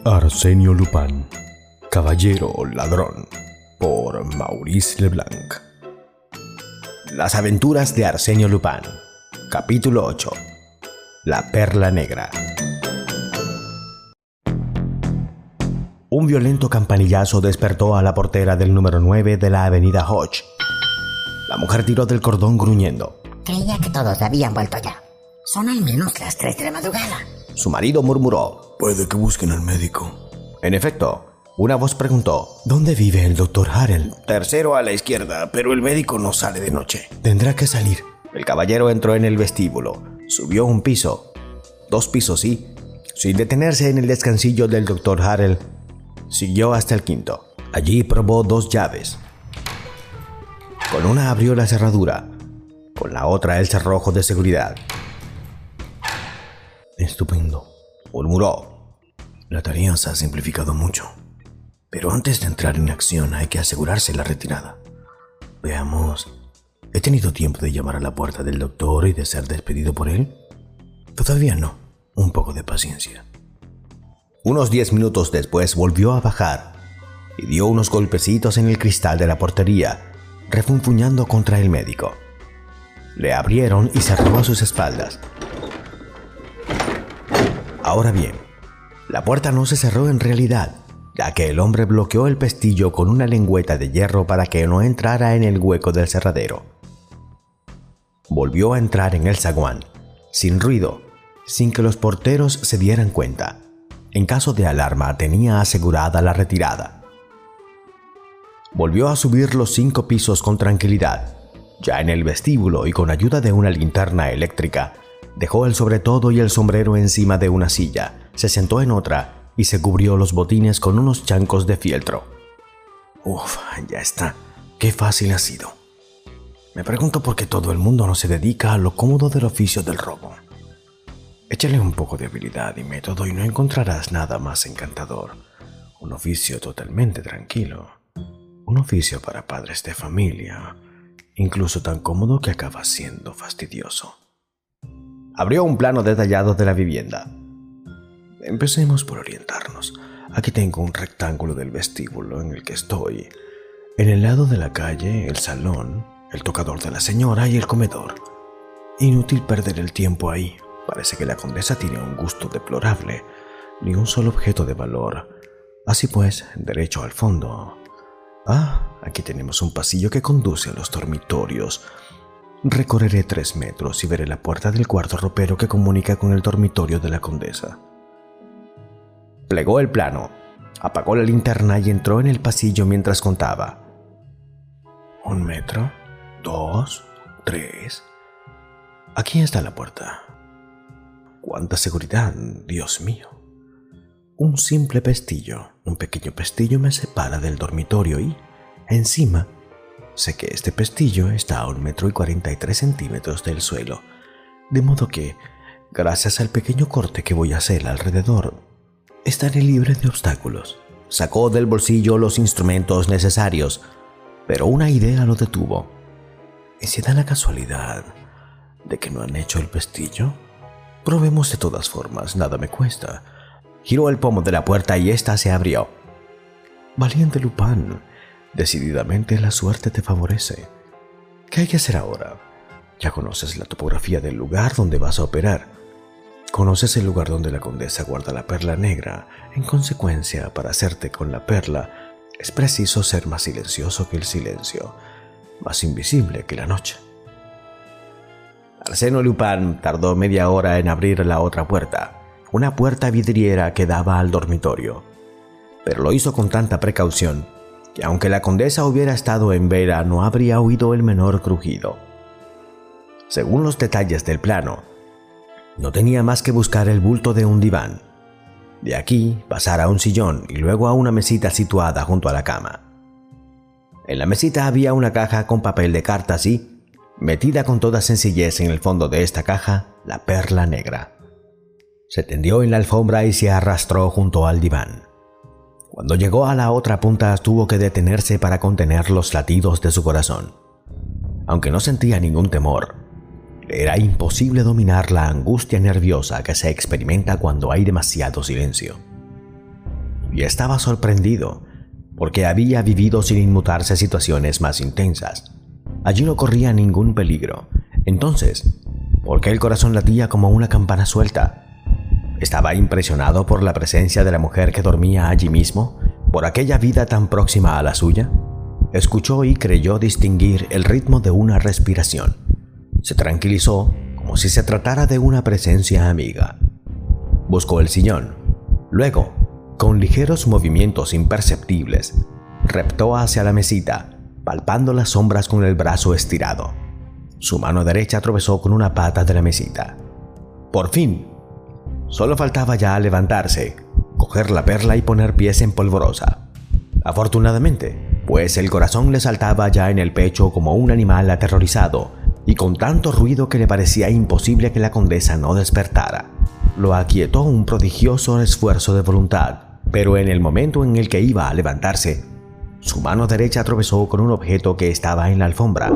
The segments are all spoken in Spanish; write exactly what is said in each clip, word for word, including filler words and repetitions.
Arsenio Lupin, Caballero Ladrón, por Maurice Leblanc. Las aventuras de Arsenio Lupin, capítulo ocho. La perla negra. Un violento campanillazo despertó a la portera del número nueve de la avenida Hodge. La mujer tiró del cordón gruñendo. Creía que todos habían vuelto ya. Son al menos las tres de la madrugada. Su marido murmuró. Puede que busquen al médico. En efecto, una voz preguntó. ¿Dónde vive el doctor Harrell? Tercero a la izquierda, pero el médico no sale de noche. Tendrá que salir. El caballero entró en el vestíbulo. Subió un piso. Dos pisos, sí. Sin detenerse en el descansillo del doctor Harrell, siguió hasta el quinto. Allí probó dos llaves. Con una abrió la cerradura. Con la otra el cerrojo de seguridad. Estupendo, murmuró. La tarea se ha simplificado mucho. Pero antes de entrar en acción hay que asegurarse la retirada. Veamos. ¿He tenido tiempo de llamar a la puerta del doctor y de ser despedido por él? Todavía no. Un poco de paciencia. Unos diez minutos después volvió a bajar y dio unos golpecitos en el cristal de la portería, refunfuñando contra el médico. Le abrieron y cerró a sus espaldas. Ahora bien, la puerta no se cerró en realidad, ya que el hombre bloqueó el pestillo con una lengüeta de hierro para que no entrara en el hueco del cerradero. Volvió a entrar en el zaguán, sin ruido, sin que los porteros se dieran cuenta. En caso de alarma tenía asegurada la retirada. Volvió a subir los cinco pisos con tranquilidad. Ya en el vestíbulo y con ayuda de una linterna eléctrica, dejó el sobretodo y el sombrero encima de una silla, se sentó en otra y se cubrió los botines con unos chancos de fieltro. Uf, ya está. Qué fácil ha sido. Me pregunto por qué todo el mundo no se dedica a lo cómodo del oficio del robo. Échale un poco de habilidad y método y no encontrarás nada más encantador. Un oficio totalmente tranquilo. Un oficio para padres de familia, incluso tan cómodo que acaba siendo fastidioso. Abrió un plano detallado de la vivienda. Empecemos por orientarnos. Aquí tengo un rectángulo del vestíbulo en el que estoy. En el lado de la calle, el salón, el tocador de la señora y el comedor. Inútil perder el tiempo ahí. Parece que la condesa tiene un gusto deplorable. Ni un solo objeto de valor. Así pues, derecho al fondo. Ah, aquí tenemos un pasillo que conduce a los dormitorios. Recorreré tres metros y veré la puerta del cuarto ropero que comunica con el dormitorio de la condesa. Plegó el plano, apagó la linterna y entró en el pasillo mientras contaba. Un metro, dos, tres. Aquí está la puerta. ¡Cuánta seguridad, Dios mío! Un simple pestillo, un pequeño pestillo me separa del dormitorio y, encima, sé que este pestillo está a un metro y cuarenta y tres centímetros del suelo, de modo que, gracias al pequeño corte que voy a hacer alrededor, estaré libre de obstáculos. Sacó del bolsillo los instrumentos necesarios, pero una idea lo detuvo. ¿Y si da la casualidad de que no han hecho el pestillo? Probemos de todas formas, nada me cuesta. Giró el pomo de la puerta y ésta se abrió. Valiente Lupin, decididamente la suerte te favorece. ¿Qué hay que hacer ahora? Ya conoces la topografía del lugar donde vas a operar. Conoces el lugar donde la condesa guarda la perla negra. En consecuencia, para hacerte con la perla, es preciso ser más silencioso que el silencio, más invisible que la noche. Arsenio Lupin tardó media hora en abrir la otra puerta, una puerta vidriera que daba al dormitorio. Pero lo hizo con tanta precaución que aunque la condesa hubiera estado en vela no habría oído el menor crujido. Según los detalles del plano, no tenía más que buscar el bulto de un diván. De aquí pasar a un sillón y luego a una mesita situada junto a la cama. En la mesita había una caja con papel de cartas y, metida con toda sencillez en el fondo de esta caja, la perla negra. Se tendió en la alfombra y se arrastró junto al diván. Cuando llegó a la otra punta tuvo que detenerse para contener los latidos de su corazón. Aunque no sentía ningún temor, Era imposible dominar la angustia nerviosa que se experimenta cuando hay demasiado silencio. y estaba sorprendido, porque había vivido sin inmutarse situaciones más intensas. Allí no corría ningún peligro. Entonces, ¿por qué el corazón latía como una campana suelta? ¿Estaba impresionado por la presencia de la mujer que dormía allí mismo, por aquella vida tan próxima a la suya? Escuchó y creyó distinguir el ritmo de una respiración. Se tranquilizó como si se tratara de una presencia amiga. Buscó el sillón. Luego, con ligeros movimientos imperceptibles, reptó hacia la mesita, palpando las sombras con el brazo estirado. Su mano derecha tropezó con una pata de la mesita. Por fin, solo faltaba ya levantarse, coger la perla y poner pies en polvorosa. Afortunadamente, pues el corazón le saltaba ya en el pecho como un animal aterrorizado y con tanto ruido que le parecía imposible que la condesa no despertara. Lo aquietó un prodigioso esfuerzo de voluntad, pero en el momento en el que iba a levantarse, su mano derecha tropezó con un objeto que estaba en la alfombra.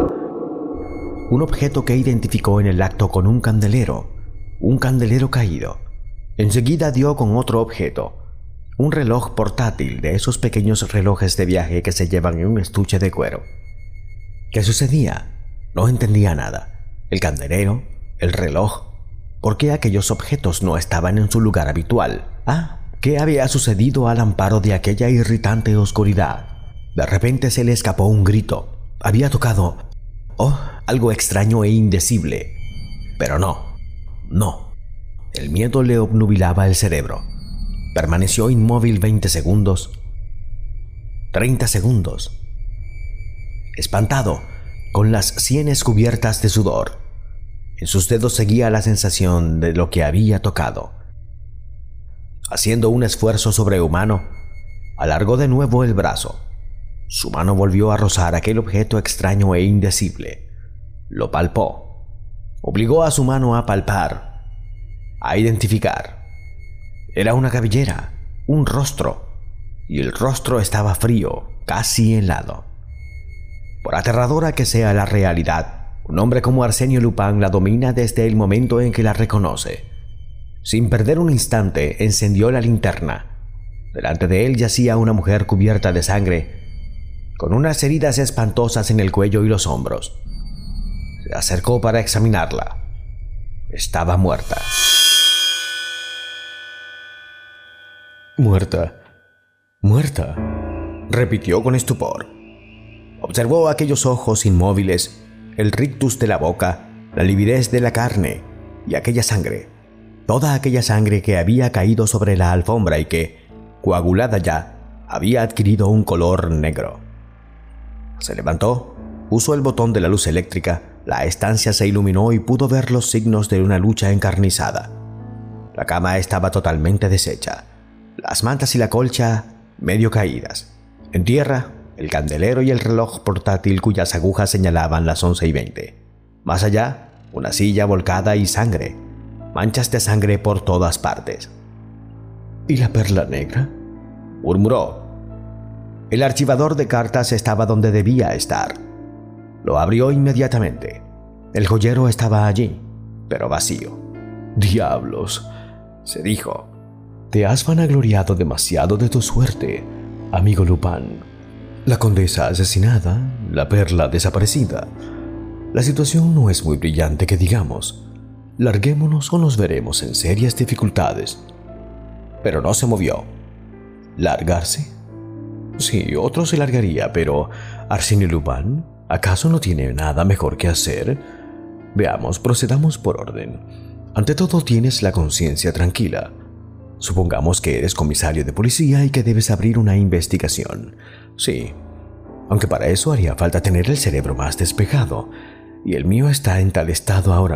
Un objeto que identificó en el acto con un candelero, un candelero caído. Enseguida dio con otro objeto, un reloj portátil de esos pequeños relojes de viaje que se llevan en un estuche de cuero. ¿Qué sucedía? No entendía nada. El candelero, el reloj. ¿Por qué aquellos objetos no estaban en su lugar habitual? Ah, ¿qué había sucedido al amparo de aquella irritante oscuridad? De repente se le escapó un grito. Había tocado, oh, algo extraño e indecible. Pero no, no. El miedo le obnubilaba el cerebro. Permaneció inmóvil veinte segundos, treinta segundos. Espantado, con las sienes cubiertas de sudor, en sus dedos seguía la sensación de lo que había tocado. Haciendo un esfuerzo sobrehumano, alargó de nuevo el brazo. Su mano volvió a rozar aquel objeto extraño e indecible. Lo palpó. Obligó a su mano a palpar, a identificar. Era una cabellera, un rostro, y el rostro estaba frío, casi helado. Por aterradora que sea la realidad, un hombre como Arsenio Lupin la domina desde el momento en que la reconoce. Sin perder un instante, encendió la linterna. Delante de él yacía una mujer cubierta de sangre, con unas heridas espantosas en el cuello y los hombros. Se acercó para examinarla. Estaba muerta. Muerta, muerta, repitió con estupor. Observó aquellos ojos inmóviles, el rictus de la boca, la lividez de la carne y aquella sangre, toda aquella sangre que había caído sobre la alfombra y que, coagulada ya, había adquirido un color negro. Se levantó, puso el botón de la luz eléctrica, la estancia se iluminó y pudo ver los signos de una lucha encarnizada. La cama estaba totalmente deshecha. Las mantas y la colcha medio caídas. En tierra, el candelero y el reloj portátil cuyas agujas señalaban las once y veinte. Más allá, una silla volcada y sangre. Manchas de sangre por todas partes. ¿Y la perla negra?, murmuró. El archivador de cartas estaba donde debía estar. Lo abrió inmediatamente. El joyero estaba allí, pero vacío. «Diablos», se dijo. «Te has vanagloriado demasiado de tu suerte, amigo Lupin. La condesa asesinada, la perla desaparecida. La situación no es muy brillante que digamos. Larguémonos o nos veremos en serias dificultades». Pero no se movió. ¿Largarse? Sí, otro se largaría, pero Arsenio Lupin, ¿acaso no tiene nada mejor que hacer? Veamos, procedamos por orden. Ante todo, tienes la conciencia tranquila. Supongamos que eres comisario de policía y que debes abrir una investigación. Sí, aunque para eso haría falta tener el cerebro más despejado, y el mío está en tal estado ahora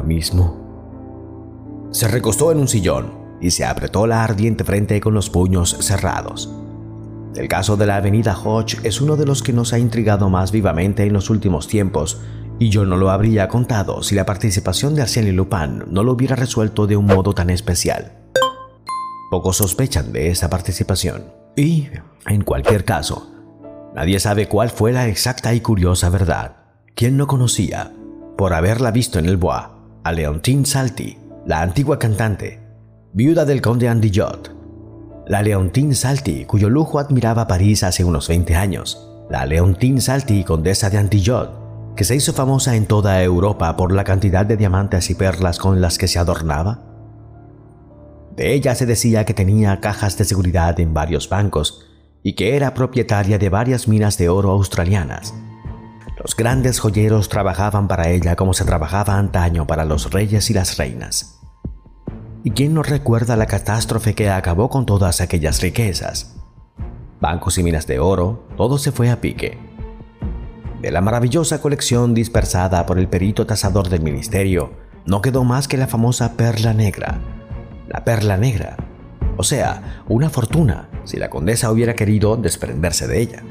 mismo. Se recostó en un sillón y se apretó la ardiente frente con los puños cerrados. El caso de la avenida Hodge es uno de los que nos ha intrigado más vivamente en los últimos tiempos, y yo no lo habría contado si la participación de Arsenio Lupin no lo hubiera resuelto de un modo tan especial. Pocos sospechan de esa participación, y, en cualquier caso, nadie sabe cuál fue la exacta y curiosa verdad. ¿Quién no conocía, por haberla visto en el Bois, a Leontine Salty, la antigua cantante, viuda del conde Andillot? La Leontine Salty, cuyo lujo admiraba París hace unos veinte años. La Leontine Salty, condesa de Antillot, que se hizo famosa en toda Europa por la cantidad de diamantes y perlas con las que se adornaba. De ella se decía que tenía cajas de seguridad en varios bancos y que era propietaria de varias minas de oro australianas. Los grandes joyeros trabajaban para ella como se trabajaba antaño para los reyes y las reinas. ¿Y quién no recuerda la catástrofe que acabó con todas aquellas riquezas? Bancos y minas de oro, todo se fue a pique. De la maravillosa colección dispersada por el perito tasador del ministerio, no quedó más que la famosa perla negra. La perla negra, o sea, una fortuna si la condesa hubiera querido desprenderse de ella.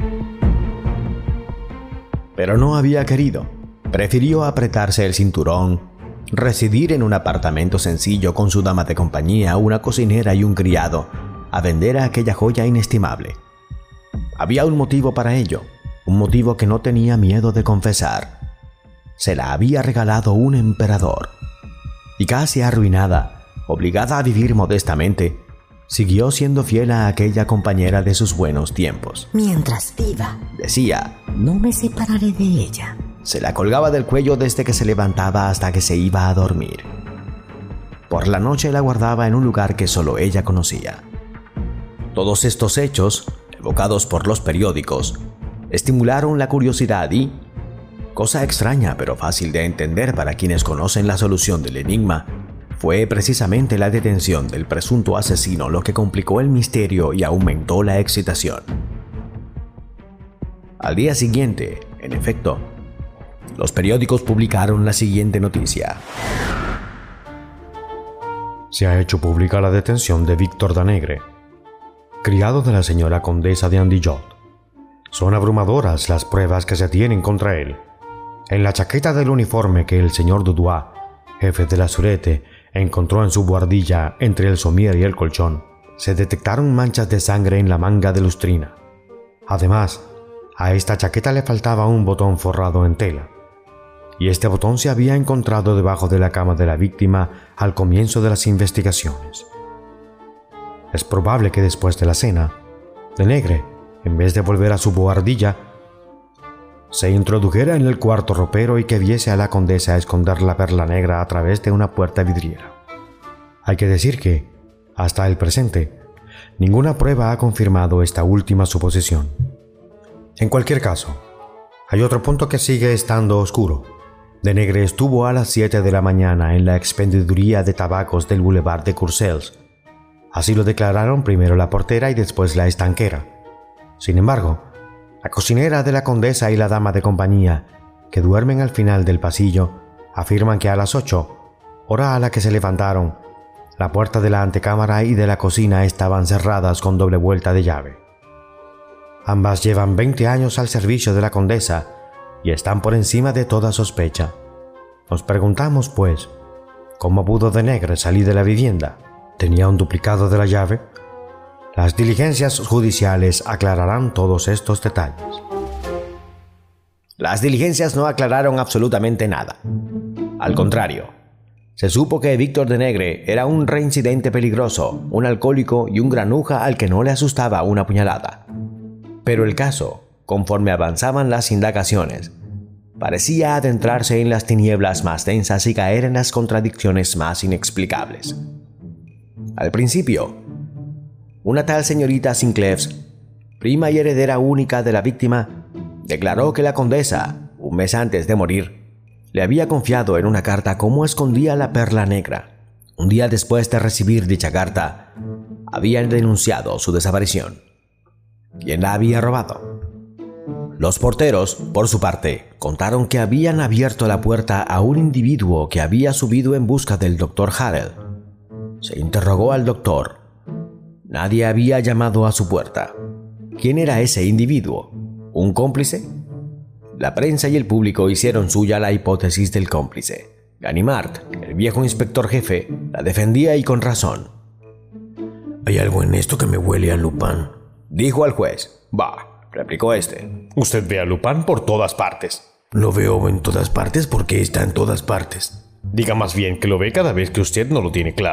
Pero no había querido. Prefirió apretarse el cinturón, residir en un apartamento sencillo con su dama de compañía, una cocinera y un criado, a vender aquella joya inestimable. Había un motivo para ello, un motivo que no tenía miedo de confesar. Se la había regalado un emperador. Y casi arruinada, obligada a vivir modestamente, siguió siendo fiel a aquella compañera de sus buenos tiempos. Mientras viva, decía, no me separaré de ella. Se la colgaba del cuello desde que se levantaba hasta que se iba a dormir. Por la noche la guardaba en un lugar que solo ella conocía. Todos estos hechos, evocados por los periódicos, estimularon la curiosidad y, cosa extraña pero fácil de entender para quienes conocen la solución del enigma, fue precisamente la detención del presunto asesino lo que complicó el misterio y aumentó la excitación. Al día siguiente, en efecto, los periódicos publicaron la siguiente noticia. Se ha hecho pública la detención de Víctor Danègre, criado de la señora condesa de Antillot. Son abrumadoras las pruebas que se tienen contra él. En la chaqueta del uniforme que el señor Dudois, jefe de la Sûreté, encontró en su buhardilla entre el somier y el colchón, se detectaron manchas de sangre en la manga de lustrina. Además, a esta chaqueta le faltaba un botón forrado en tela, y este botón se había encontrado debajo de la cama de la víctima al comienzo de las investigaciones. Es probable que después de la cena, Danègre, en vez de volver a su buhardilla, se introdujera en el cuarto ropero y que viese a la condesa esconder la perla negra a través de una puerta vidriera. Hay que decir que, hasta el presente, ninguna prueba ha confirmado esta última suposición. En cualquier caso, hay otro punto que sigue estando oscuro. Danègre estuvo a las siete de la mañana en la expendiduría de tabacos del Boulevard de Courcelles. Así lo declararon primero la portera y después la estanquera. Sin embargo, la cocinera de la condesa y la dama de compañía, que duermen al final del pasillo, afirman que a las ocho, hora a la que se levantaron, la puerta de la antecámara y de la cocina estaban cerradas con doble vuelta de llave. Ambas llevan veinte años al servicio de la condesa y están por encima de toda sospecha. Nos preguntamos, pues, ¿cómo pudo Danègre salir de la vivienda? ¿Tenía un duplicado de la llave? Las diligencias judiciales aclararán todos estos detalles. Las diligencias no aclararon absolutamente nada. Al contrario, se supo que Víctor Danègre era un reincidente peligroso, un alcohólico y un granuja al que no le asustaba una puñalada. Pero el caso, conforme avanzaban las indagaciones, parecía adentrarse en las tinieblas más densas y caer en las contradicciones más inexplicables. Al principio, una tal señorita Sinclaves, prima y heredera única de la víctima, declaró que la condesa, un mes antes de morir, le había confiado en una carta cómo escondía la perla negra. Un día después de recibir dicha carta, habían denunciado su desaparición. ¿Quién la había robado? Los porteros, por su parte, contaron que habían abierto la puerta a un individuo que había subido en busca del doctor Harrel. Se interrogó al doctor. Nadie había llamado a su puerta. ¿Quién era ese individuo? ¿Un cómplice? La prensa y el público hicieron suya la hipótesis del cómplice. Ganimard, el viejo inspector jefe, la defendía y con razón. «Hay algo en esto que me huele a Lupin», dijo al juez. «Bah», replicó este. «Usted ve a Lupin por todas partes». «Lo veo en todas partes porque está en todas partes». «Diga más bien que lo ve cada vez que usted no lo tiene claro».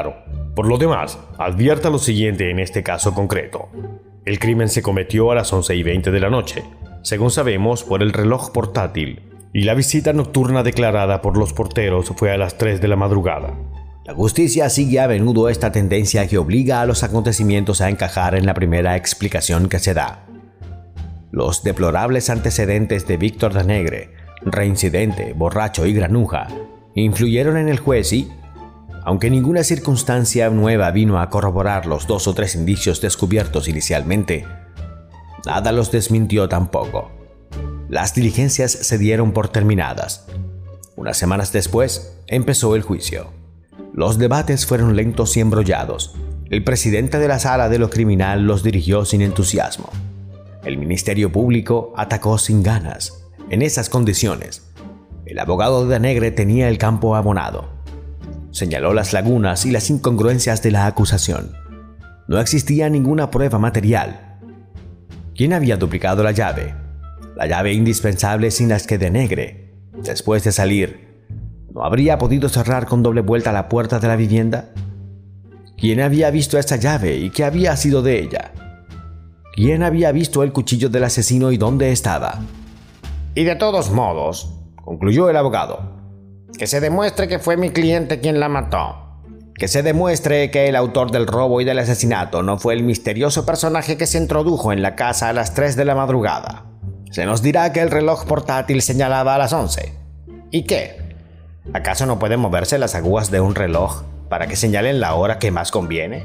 Por lo demás, advierta lo siguiente en este caso concreto. El crimen se cometió a las once y veinte de la noche, según sabemos por el reloj portátil, y la visita nocturna declarada por los porteros fue a las tres de la madrugada. La justicia sigue a menudo esta tendencia que obliga a los acontecimientos a encajar en la primera explicación que se da. Los deplorables antecedentes de Víctor Danegre, reincidente, borracho y granuja, influyeron en el juez y, aunque ninguna circunstancia nueva vino a corroborar los dos o tres indicios descubiertos inicialmente, nada los desmintió tampoco. Las diligencias se dieron por terminadas. Unas semanas después, empezó el juicio. Los debates fueron lentos y embrollados. El presidente de la sala de lo criminal los dirigió sin entusiasmo. El Ministerio Público atacó sin ganas. En esas condiciones, el abogado de Danegre tenía el campo abonado. Señaló las lagunas y las incongruencias de la acusación. No existía ninguna prueba material. ¿Quién había duplicado la llave? La llave indispensable sin las que Danegre, después de salir, ¿no habría podido cerrar con doble vuelta la puerta de la vivienda? ¿Quién había visto esa llave y qué había sido de ella? ¿Quién había visto el cuchillo del asesino y dónde estaba? Y de todos modos, concluyó el abogado, que se demuestre que fue mi cliente quien la mató. Que se demuestre que el autor del robo y del asesinato no fue el misterioso personaje que se introdujo en la casa a las tres de la madrugada. Se nos dirá que el reloj portátil señalaba a las once. ¿Y qué? ¿Acaso no pueden moverse las agujas de un reloj para que señalen la hora que más conviene?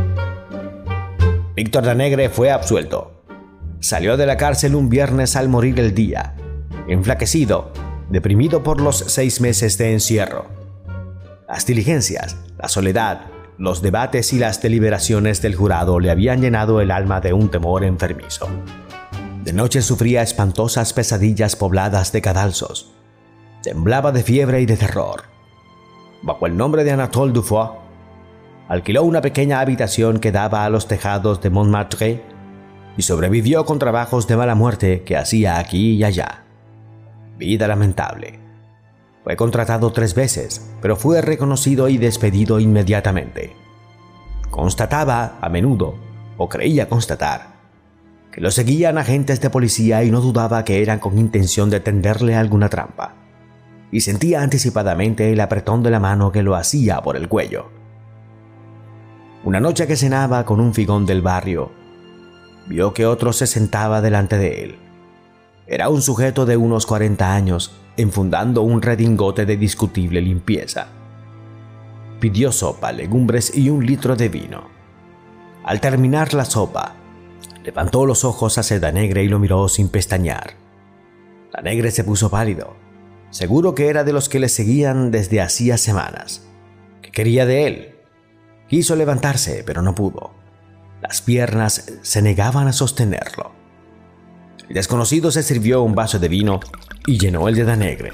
Víctor Danegre fue absuelto. Salió de la cárcel un viernes al morir el día, enflaquecido, deprimido por los seis meses de encierro. Las diligencias, la soledad, los debates y las deliberaciones del jurado le habían llenado el alma de un temor enfermizo. De noche sufría espantosas pesadillas pobladas de cadalsos. Temblaba de fiebre y de terror. Bajo el nombre de Anatole Dufour, alquiló una pequeña habitación que daba a los tejados de Montmartre y sobrevivió con trabajos de mala muerte que hacía aquí y allá. Vida lamentable. Fue contratado tres veces, pero fue reconocido y despedido inmediatamente. Constataba a menudo, o creía constatar, que lo seguían agentes de policía y no dudaba que eran con intención de tenderle alguna trampa. Y sentía anticipadamente el apretón de la mano que lo hacía por el cuello. Una noche que cenaba con un figón del barrio, vio que otro se sentaba delante de él. Era un sujeto de unos cuarenta años, enfundando un redingote de discutible limpieza. Pidió sopa, legumbres y un litro de vino. Al terminar la sopa, levantó los ojos hacia Danegre y lo miró sin pestañear. Danegre se puso pálido, seguro que era de los que le seguían desde hacía semanas. ¿Qué quería de él? Quiso levantarse, pero no pudo. Las piernas se negaban a sostenerlo. El desconocido se sirvió un vaso de vino y llenó el de Danegre.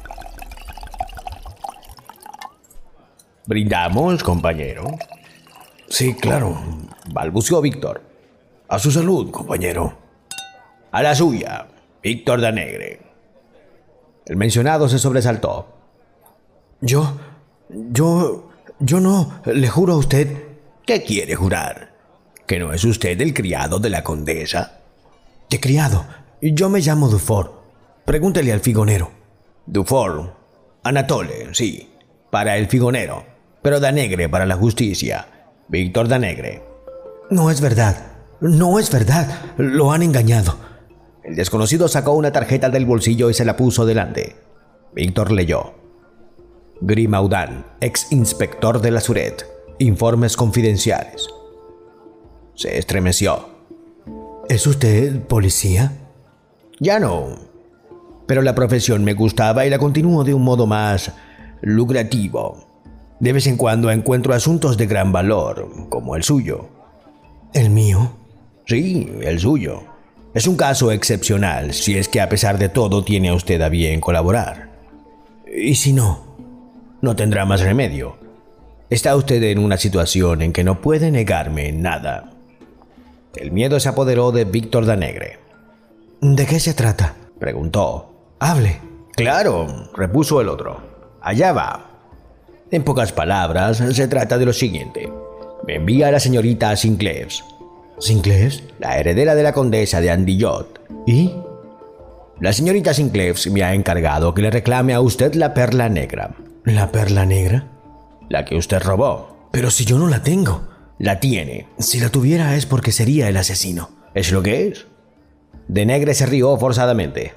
¿Brindamos, compañero? Sí, claro, balbuceó Víctor. A su salud, compañero. A la suya, Víctor Danegre. El mencionado se sobresaltó. Yo, yo, yo no, le juro a usted. ¿Qué quiere jurar? ¿Que no es usted el criado de la condesa? ¿Qué criado? Yo me llamo Dufour. Pregúntele al figonero. Dufour. Anatole, sí, para el figonero, pero Danegre para la justicia. Víctor Danegre. No es verdad, no es verdad, lo han engañado. El desconocido sacó una tarjeta del bolsillo y se la puso delante. Víctor leyó. Grimaudan, ex inspector de la Suret. Informes confidenciales. Se estremeció. ¿Es usted policía? Ya no. Pero la profesión me gustaba y la continúo de un modo más lucrativo. De vez en cuando encuentro asuntos de gran valor, como el suyo. ¿El mío? Sí, el suyo. Es un caso excepcional, si es que a pesar de todo tiene usted a bien colaborar. ¿Y si no? No tendrá más remedio. Está usted en una situación en que no puede negarme nada. El miedo se apoderó de Víctor Danegre. ¿De qué se trata?, preguntó. Hable. Claro, repuso el otro. Allá va. En pocas palabras, se trata de lo siguiente. Me envía a la señorita Sinclair. ¿Sinclair? La heredera de la condesa de Andillot. ¿Y? La señorita Sinclair me ha encargado que le reclame a usted la perla negra. ¿La perla negra? La que usted robó. Pero si yo no la tengo. La tiene. Si la tuviera es porque sería el asesino. ¿Es lo que es? Denegre se rió forzadamente.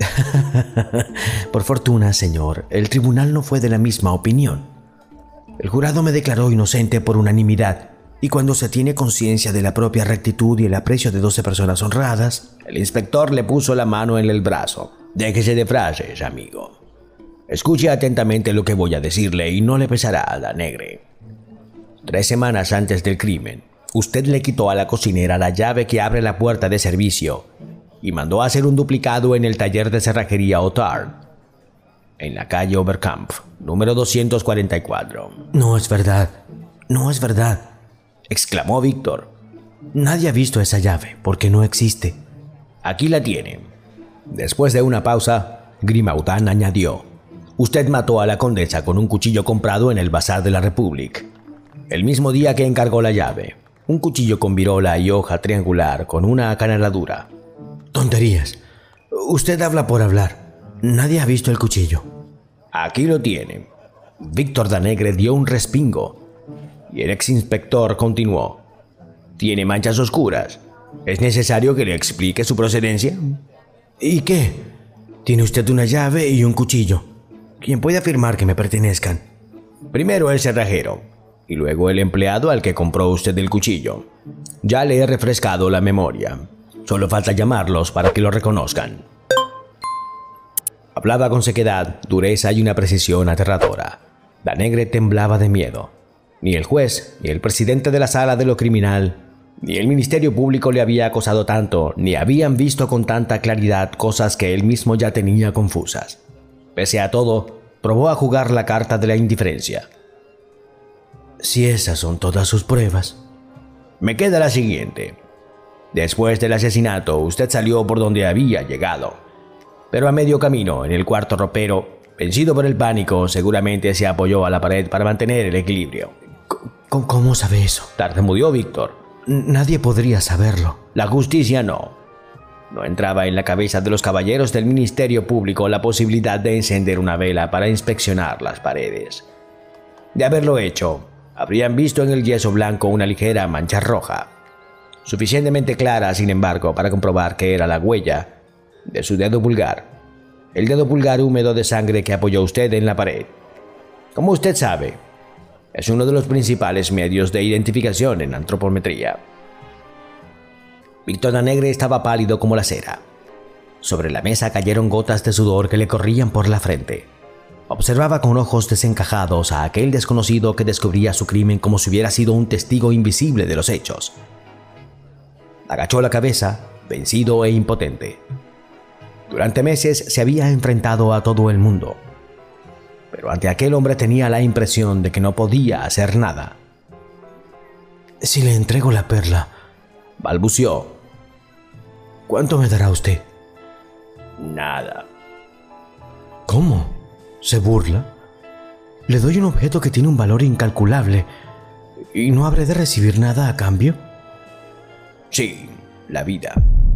Por fortuna, señor, el tribunal no fue de la misma opinión. El jurado me declaró inocente por unanimidad, y cuando se tiene conciencia de la propia rectitud y el aprecio de doce personas honradas... El inspector le puso la mano en el brazo. Déjese de frases, amigo. Escuche atentamente lo que voy a decirle y no le pesará a Denegre. Tres semanas antes del crimen, usted le quitó a la cocinera la llave que abre la puerta de servicio y mandó a hacer un duplicado en el taller de cerrajería Otard, en la calle Oberkampf, número doscientos cuarenta y cuatro. No es verdad, no es verdad, exclamó Víctor. Nadie ha visto esa llave, porque no existe. Aquí la tiene. Después de una pausa, Grimaudan añadió: usted mató a la condesa con un cuchillo comprado en el Bazar de la República, el mismo día que encargó la llave. Un cuchillo con virola y hoja triangular con una acanaladura. Tonterías. Usted habla por hablar. Nadie ha visto el cuchillo. Aquí lo tiene. Víctor Denegre dio un respingo y el exinspector continuó: tiene manchas oscuras. ¿Es necesario que le explique su procedencia? ¿Y qué? Tiene usted una llave y un cuchillo. ¿Quién puede afirmar que me pertenezcan? Primero el cerrajero y luego el empleado al que compró usted el cuchillo. Ya le he refrescado la memoria. Solo falta llamarlos para que lo reconozcan. Hablaba con sequedad, dureza y una precisión aterradora. Denegre temblaba de miedo. Ni el juez, ni el presidente de la sala de lo criminal, ni el Ministerio Público le había acosado tanto, ni habían visto con tanta claridad cosas que él mismo ya tenía confusas. Pese a todo, probó a jugar la carta de la indiferencia. Si esas son todas sus pruebas. Me queda la siguiente. Después del asesinato, usted salió por donde había llegado. Pero a medio camino, en el cuarto ropero, vencido por el pánico, seguramente se apoyó a la pared para mantener el equilibrio. ¿Cómo sabe eso? Tartamudeó Víctor. Nadie podría saberlo. La justicia no. No entraba en la cabeza de los caballeros del Ministerio Público la posibilidad de encender una vela para inspeccionar las paredes. De haberlo hecho, habrían visto en el yeso blanco una ligera mancha roja, suficientemente clara, sin embargo, para comprobar que era la huella de su dedo pulgar, el dedo pulgar húmedo de sangre que apoyó usted en la pared. Como usted sabe, es uno de los principales medios de identificación en antropometría. Víctor Denegre estaba pálido como la cera. Sobre la mesa cayeron gotas de sudor que le corrían por la frente. Observaba con ojos desencajados a aquel desconocido que descubría su crimen como si hubiera sido un testigo invisible de los hechos. Agachó la cabeza, vencido e impotente. Durante meses se había enfrentado a todo el mundo, pero ante aquel hombre tenía la impresión de que no podía hacer nada. Si le entrego la perla, balbuceó, ¿cuánto me dará usted? Nada. ¿Cómo? ¿Se burla? Le doy un objeto que tiene un valor incalculable y no habré de recibir nada a cambio. Sí, la vida.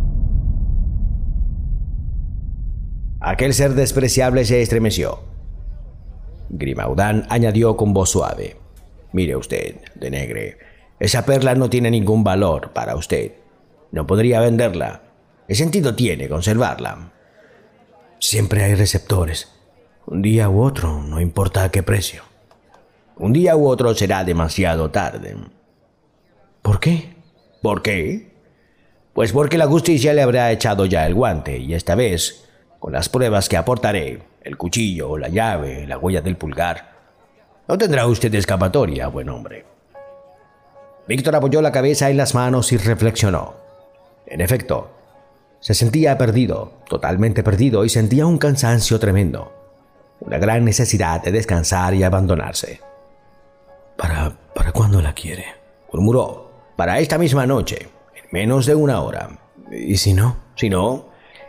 Aquel ser despreciable se estremeció. Grimaudan añadió con voz suave: mire usted, Denegre, esa perla no tiene ningún valor para usted. No podría venderla. ¿Qué sentido tiene conservarla? Siempre hay receptores. Un día u otro, no importa a qué precio. Un día u otro será demasiado tarde. ¿Por qué? ¿Por qué? Pues porque la justicia le habrá echado ya el guante, y esta vez, con las pruebas que aportaré, el cuchillo, la llave, la huella del pulgar, no tendrá usted escapatoria, buen hombre. Víctor apoyó la cabeza en las manos y reflexionó. En efecto, se sentía perdido, totalmente perdido, y sentía un cansancio tremendo, una gran necesidad de descansar y abandonarse. ¿Para, para cuándo la quiere?, murmuró. Para esta misma noche, en menos de una hora. ¿Y si no? Si no,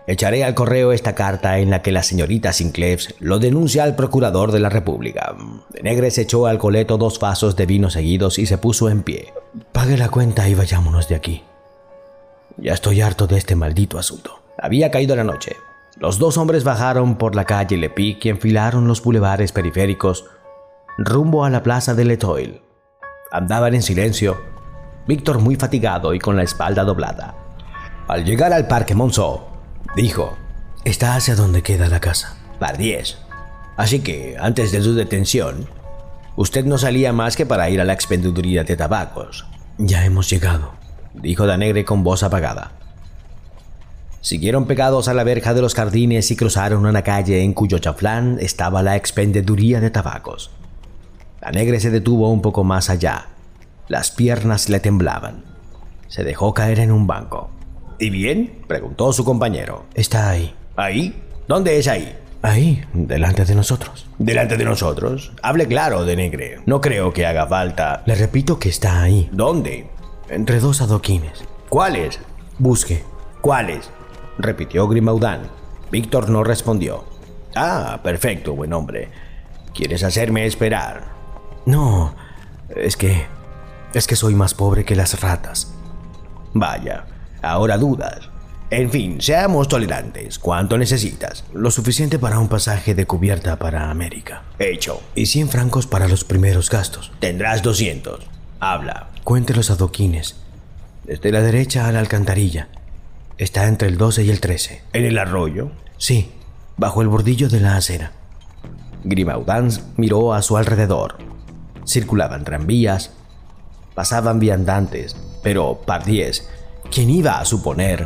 Echaré al correo esta carta en la que la señorita Sinclair lo denuncia al procurador de la República. Denegre se echó al coleto dos vasos de vino seguidos y se puso en pie. Pague la cuenta y vayámonos de aquí. Ya estoy harto de este maldito asunto. Había caído la noche. Los dos hombres bajaron por la calle Lepic y enfilaron los bulevares periféricos rumbo a la plaza de l'Étoile. Andaban en silencio, Víctor muy fatigado y con la espalda doblada. Al llegar al Parque Monceau, dijo: ¿Está hacia dónde queda la casa? Pardiez. Así que, antes de su detención, usted no salía más que para ir a la expendeduría de tabacos. Ya hemos llegado, dijo Danegre con voz apagada. Siguieron pegados a la verja de los jardines y cruzaron una calle en cuyo chaflán estaba la expendeduría de tabacos. Danegre se detuvo un poco más allá. Las piernas le temblaban. Se dejó caer en un banco. ¿Y bien?, preguntó su compañero. Está ahí. ¿Ahí? ¿Dónde es ahí? Ahí, delante de nosotros. ¿Delante de nosotros? Hable claro, Danegre. No creo que haga falta. Le repito que está ahí. ¿Dónde? Entre dos adoquines. ¿Cuáles? Busque. ¿Cuáles?, repitió Grimaudan. Víctor no respondió. Ah, perfecto, buen hombre. ¿Quieres hacerme esperar? No, es que... es que soy más pobre que las ratas. Vaya, ahora dudas. En fin, seamos tolerantes. ¿Cuánto necesitas? Lo suficiente para un pasaje de cubierta para América. Hecho. Y cien francos para los primeros gastos. Tendrás doscientos. Habla. Cuente los adoquines. Desde la derecha a la alcantarilla. Está entre el doce y el trece. ¿En el arroyo? Sí, bajo el bordillo de la acera. Grimaudan miró a su alrededor. Circulaban tranvías, pasaban viandantes, pero Pardiez, ¿quién iba a suponer?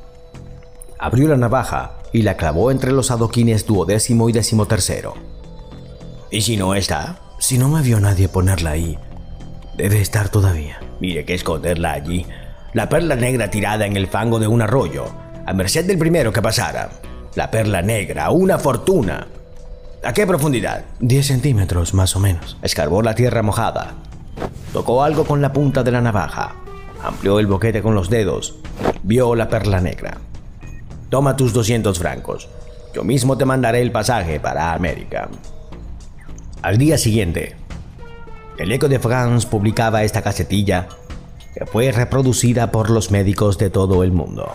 Abrió la navaja y la clavó entre los adoquines duodécimo y decimotercero. ¿Y si no está? Si no me vio nadie ponerla ahí, debe estar todavía. Mire que esconderla allí. La perla negra tirada en el fango de un arroyo, a merced del primero que pasara. La perla negra, una fortuna. ¿A qué profundidad? Diez centímetros, más o menos. Escarbó la tierra mojada. Tocó algo con la punta de la navaja. Amplió el boquete con los dedos. Vio la perla negra. Toma tus doscientos francos. Yo mismo te mandaré el pasaje para América. Al día siguiente, el Eco de France publicaba esta casetilla que fue reproducida por los médicos de todo el mundo.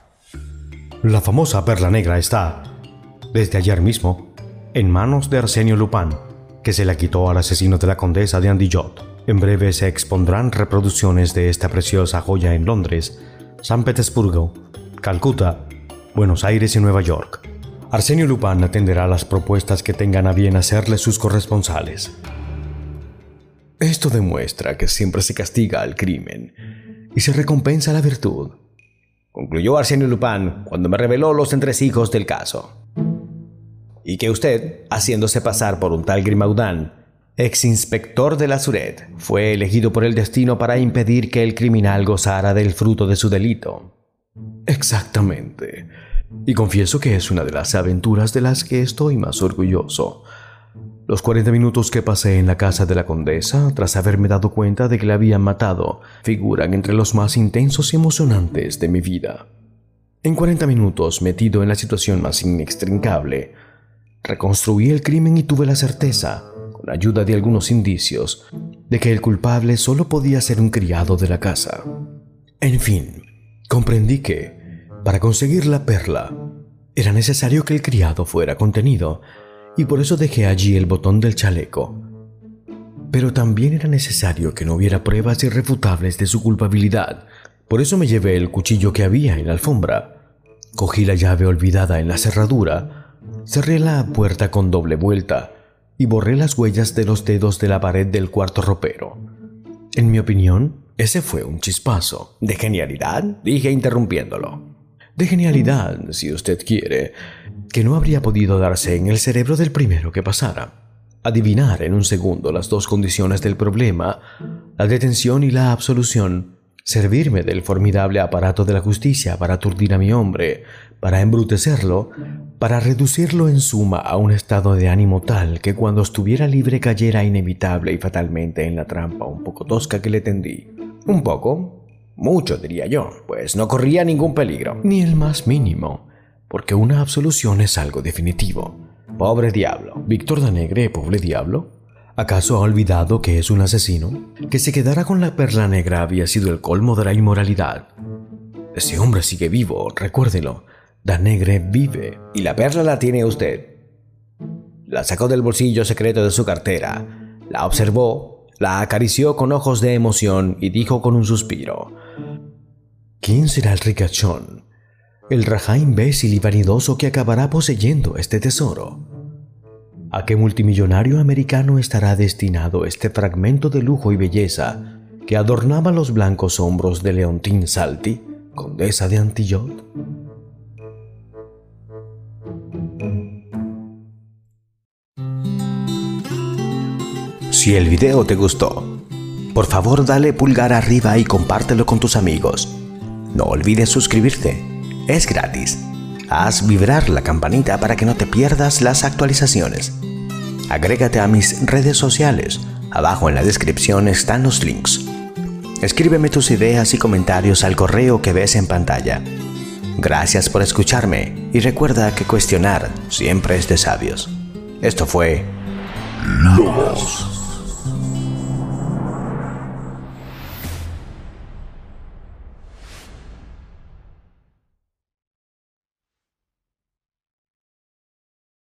La famosa perla negra está, desde ayer mismo, en manos de Arsenio Lupin, que se la quitó al asesino de la condesa de Andillot. En breve se expondrán reproducciones de esta preciosa joya en Londres, San Petersburgo, Calcuta, Buenos Aires y Nueva York. Arsenio Lupin atenderá las propuestas que tengan a bien hacerle sus corresponsales. Esto demuestra que siempre se castiga al crimen y se recompensa la virtud, concluyó Arsenio Lupin cuando me reveló los entresijos del caso. Y que usted, haciéndose pasar por un tal Grimaudan, ex inspector de la Suret, fue elegido por el destino para impedir que el criminal gozara del fruto de su delito. Exactamente. Y confieso que es una de las aventuras de las que estoy más orgulloso. Los cuarenta minutos que pasé en la casa de la condesa, tras haberme dado cuenta de que la habían matado, figuran entre los más intensos y emocionantes de mi vida. En cuarenta minutos, metido en la situación más inextricable, reconstruí el crimen y tuve la certeza, con ayuda de algunos indicios, de que el culpable solo podía ser un criado de la casa. En fin, comprendí que, para conseguir la perla, era necesario que el criado fuera contenido, y por eso dejé allí el botón del chaleco. Pero también era necesario que no hubiera pruebas irrefutables de su culpabilidad. Por eso me llevé el cuchillo que había en la alfombra. Cogí la llave olvidada en la cerradura, cerré la puerta con doble vuelta y borré las huellas de los dedos de la pared del cuarto ropero. En mi opinión, ese fue un chispazo. ¿De genialidad?, dije interrumpiéndolo. De genialidad, si usted quiere, que no habría podido darse en el cerebro del primero que pasara. Adivinar en un segundo las dos condiciones del problema, la detención y la absolución, servirme del formidable aparato de la justicia para aturdir a mi hombre, para embrutecerlo, para reducirlo en suma a un estado de ánimo tal que cuando estuviera libre cayera inevitable y fatalmente en la trampa un poco tosca que le tendí. Un poco, mucho diría yo, pues no corría ningún peligro. Ni el más mínimo. porque una absolución es algo definitivo. Pobre diablo. Víctor Danegre, pobre diablo. ¿Acaso ha olvidado que es un asesino? Que se quedara con la perla negra había sido el colmo de la inmoralidad. Ese hombre sigue vivo, recuérdelo. Danegre vive. Y la perla la tiene usted. La sacó del bolsillo secreto de su cartera, la observó, la acarició con ojos de emoción y dijo con un suspiro: ¿quién será el ricachón? El rajá imbécil y vanidoso que acabará poseyendo este tesoro. ¿A qué multimillonario americano estará destinado este fragmento de lujo y belleza que adornaba los blancos hombros de Leontine Salty, condesa de Antillot? Si el video te gustó, por favor dale pulgar arriba y compártelo con tus amigos. No olvides suscribirte, es gratis. Haz vibrar la campanita para que no te pierdas las actualizaciones. Agrégate a mis redes sociales, abajo en la descripción están los links. Escríbeme tus ideas y comentarios al correo que ves en pantalla. Gracias por escucharme y recuerda que cuestionar siempre es de sabios. Esto fue Lobos.